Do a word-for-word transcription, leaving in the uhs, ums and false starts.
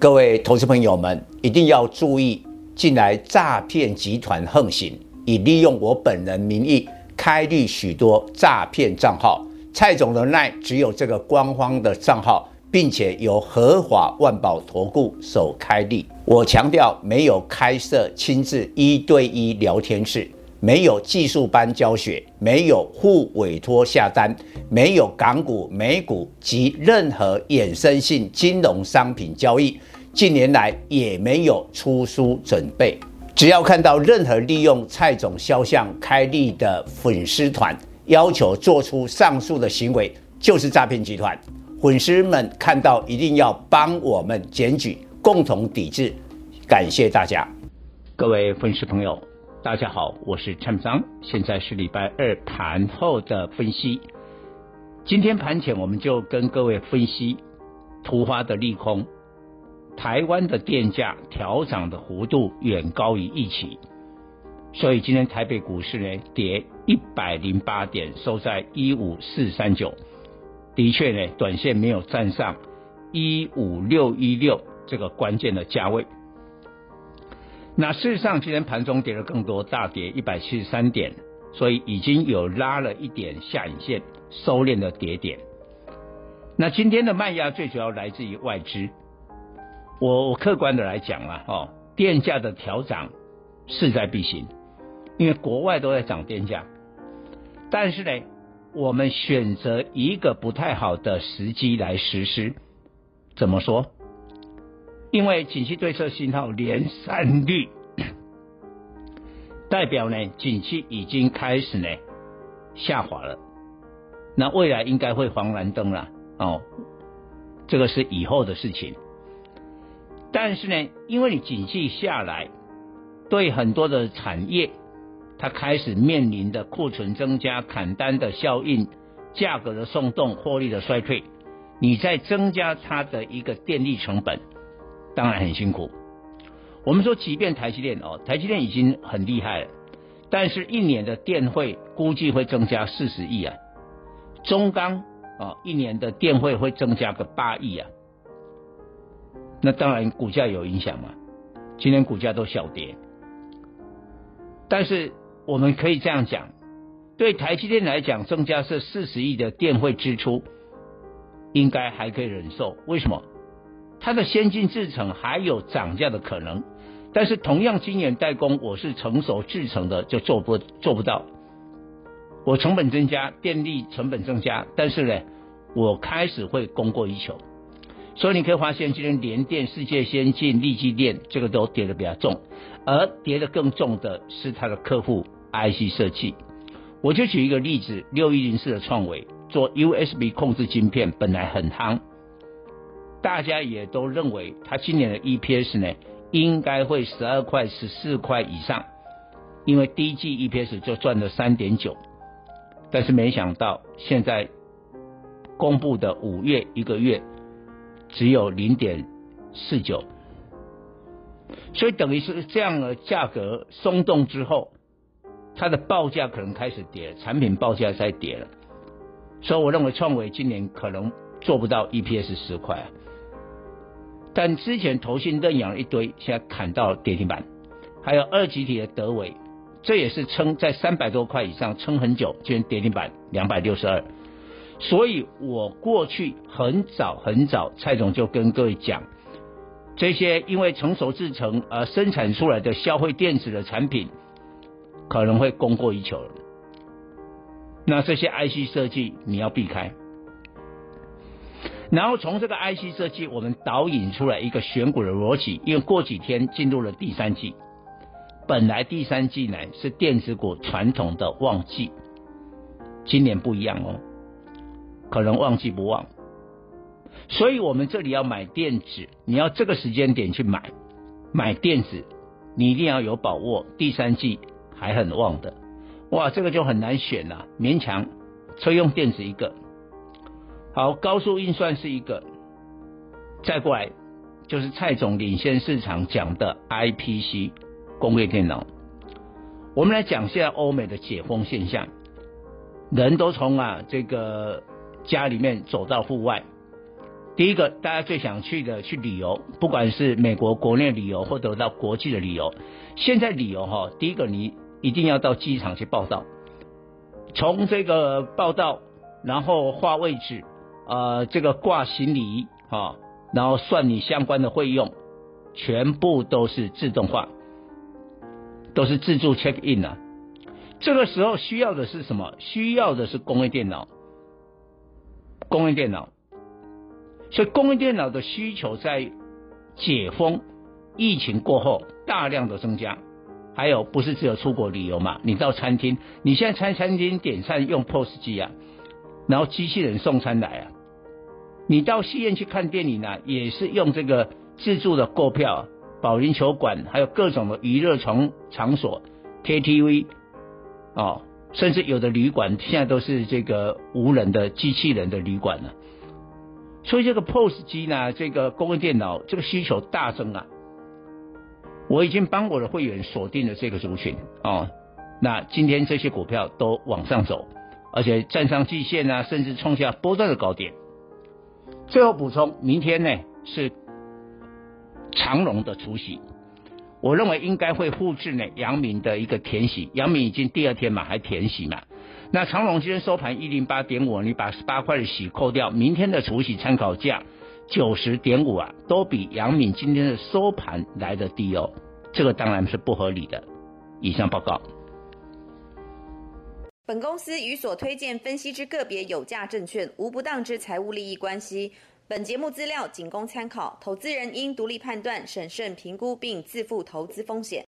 各位投资朋友们一定要注意，近来诈骗集团横行，以利用我本人名义开立许多诈骗账号。蔡总的 LINE 只有这个官方的账号，并且由合法万宝投顾所开立。我强调，没有开设亲自一对一聊天室，没有技术班教学，没有互委托下单，没有港股、美股及任何衍生性金融商品交易。近年来也没有出书准备。只要看到任何利用蔡总肖像开立的粉丝团，要求做出上述的行为，就是诈骗集团。粉丝们看到一定要帮我们检举，共同抵制。感谢大家。 各位粉丝朋友，大家好，我是蔡明彰，现在是礼拜二盘后的分析。今天盘前我们就跟各位分析突发的利空，台湾的电价调涨的幅度远高于预期，所以今天台北股市呢跌一百零八点，收在一五四三九。的确呢，短线没有站上一五六一六这个关键的价位。那事实上今天盘中跌了更多，大跌一百七十三点，所以已经有拉了一点下影线，收敛的跌点。那今天的卖压最主要来自于外资。我我客观的来讲啊，哦，电价的调涨势在必行，因为国外都在涨电价，但是呢，我们选择一个不太好的时机来实施。怎么说？因为景气对策信号连三绿，代表呢景气已经开始呢下滑了，那未来应该会黄蓝灯了哦，这个是以后的事情。但是呢，因为你景气下来，对很多的产业，它开始面临的库存增加、砍单的效应、价格的松动、获利的衰退，你再增加它的一个电力成本，当然很辛苦。我们说，即便台积电哦，台积电已经很厉害了，但是一年的电费估计会增加四十亿啊，中钢哦，一年的电费会增加个八亿啊。那当然股价有影响嘛，今天股价都小跌。但是我们可以这样讲，对台积电来讲，增加这四十亿的电费支出应该还可以忍受。为什么？它的先进制程还有涨价的可能，但是同样晶圆代工，我是成熟制程的就做不做不到。我成本增加，电力成本增加，但是呢，我开始会供过于求。所以你可以发现，今天联电、世界先进、力积电这个都跌得比较重，而跌得更重的是它的客户 I C 设计。我就举一个例子，六一零四的创惟做 U S B 控制晶片，本来很夯，大家也都认为它今年的 E P S 呢应该会十二块、十四块以上，因为第一季 E P S 就赚了 三点九， 但是没想到现在公布的五月一个月只有 零点四九， 所以等于是这样的价格松动之后，它的报价可能开始跌，产品报价在跌了，所以我认为创惟今年可能做不到 E P S 十块、啊，但之前投信认养了一堆，现在砍到跌停板，还有二级体的德微，这也是撑在三百多块以上撑很久，今天跌停板两百六十二。所以我过去很早很早，蔡总就跟各位讲，这些因为成熟制程而生产出来的消费电子的产品可能会供过于求了，那这些 I C 设计你要避开。然后从这个 I C 设计我们导引出来一个选股的逻辑，因为过几天进入了第三季，本来第三季呢是电子股传统的旺季，今年不一样哦，可能旺季不旺，所以我们这里要买电子，你要这个时间点去买，买电子，你一定要有把握，第三季还很旺的。哇，这个就很难选了、啊，勉强车用电子一个，好，高速运算是一个，再过来就是蔡总领先市场讲的 I P C 工业电脑。我们来讲现在欧美的解封现象，人都从啊这个家里面走到户外， 第一个，大家最想去的去旅游，不管是美国国内旅游或者到国际的旅游。现在旅游哈，第一个你一定要到机场去报到，从这个报到，然后划位置，呃，这个挂行李啊，然后算你相关的费用，全部都是自动化，都是自助 check in 啊。这个时候需要的是什么？需要的是工业电脑，工业电脑。所以工业电脑的需求在解封、疫情过后大量的增加。还有不是只有出国旅游嘛？你到餐厅，你现在餐餐厅点餐用 P O S 机啊，然后机器人送餐来啊。你到戏院去看电影啊，也是用这个自助的购票、保龄球馆，还有各种的娱乐场场所 K T V 哦，甚至有的旅馆现在都是这个无人的机器人的旅馆了。所以这个 P O S 机呢，这个工业电脑这个需求大增啊。我已经帮我的会员锁定了这个族群哦，那今天这些股票都往上走，而且站上季线啊，甚至创下波段的高点。最后补充，明天呢是长荣的除息，我认为应该会复制呢阳明的一个填息，阳明已经第二天嘛还填息嘛，那长荣今天收盘一零八点五，你把十八块的息扣掉，明天的除息参考价九十点五啊，都比阳明今天的收盘来得低哦，这个当然是不合理的。以上报告。 本公司与所推荐分析之个别有价证券无不当之财务利益关系。本节目资料仅供参考，投资人应独立判断、审慎评估并自负投资风险。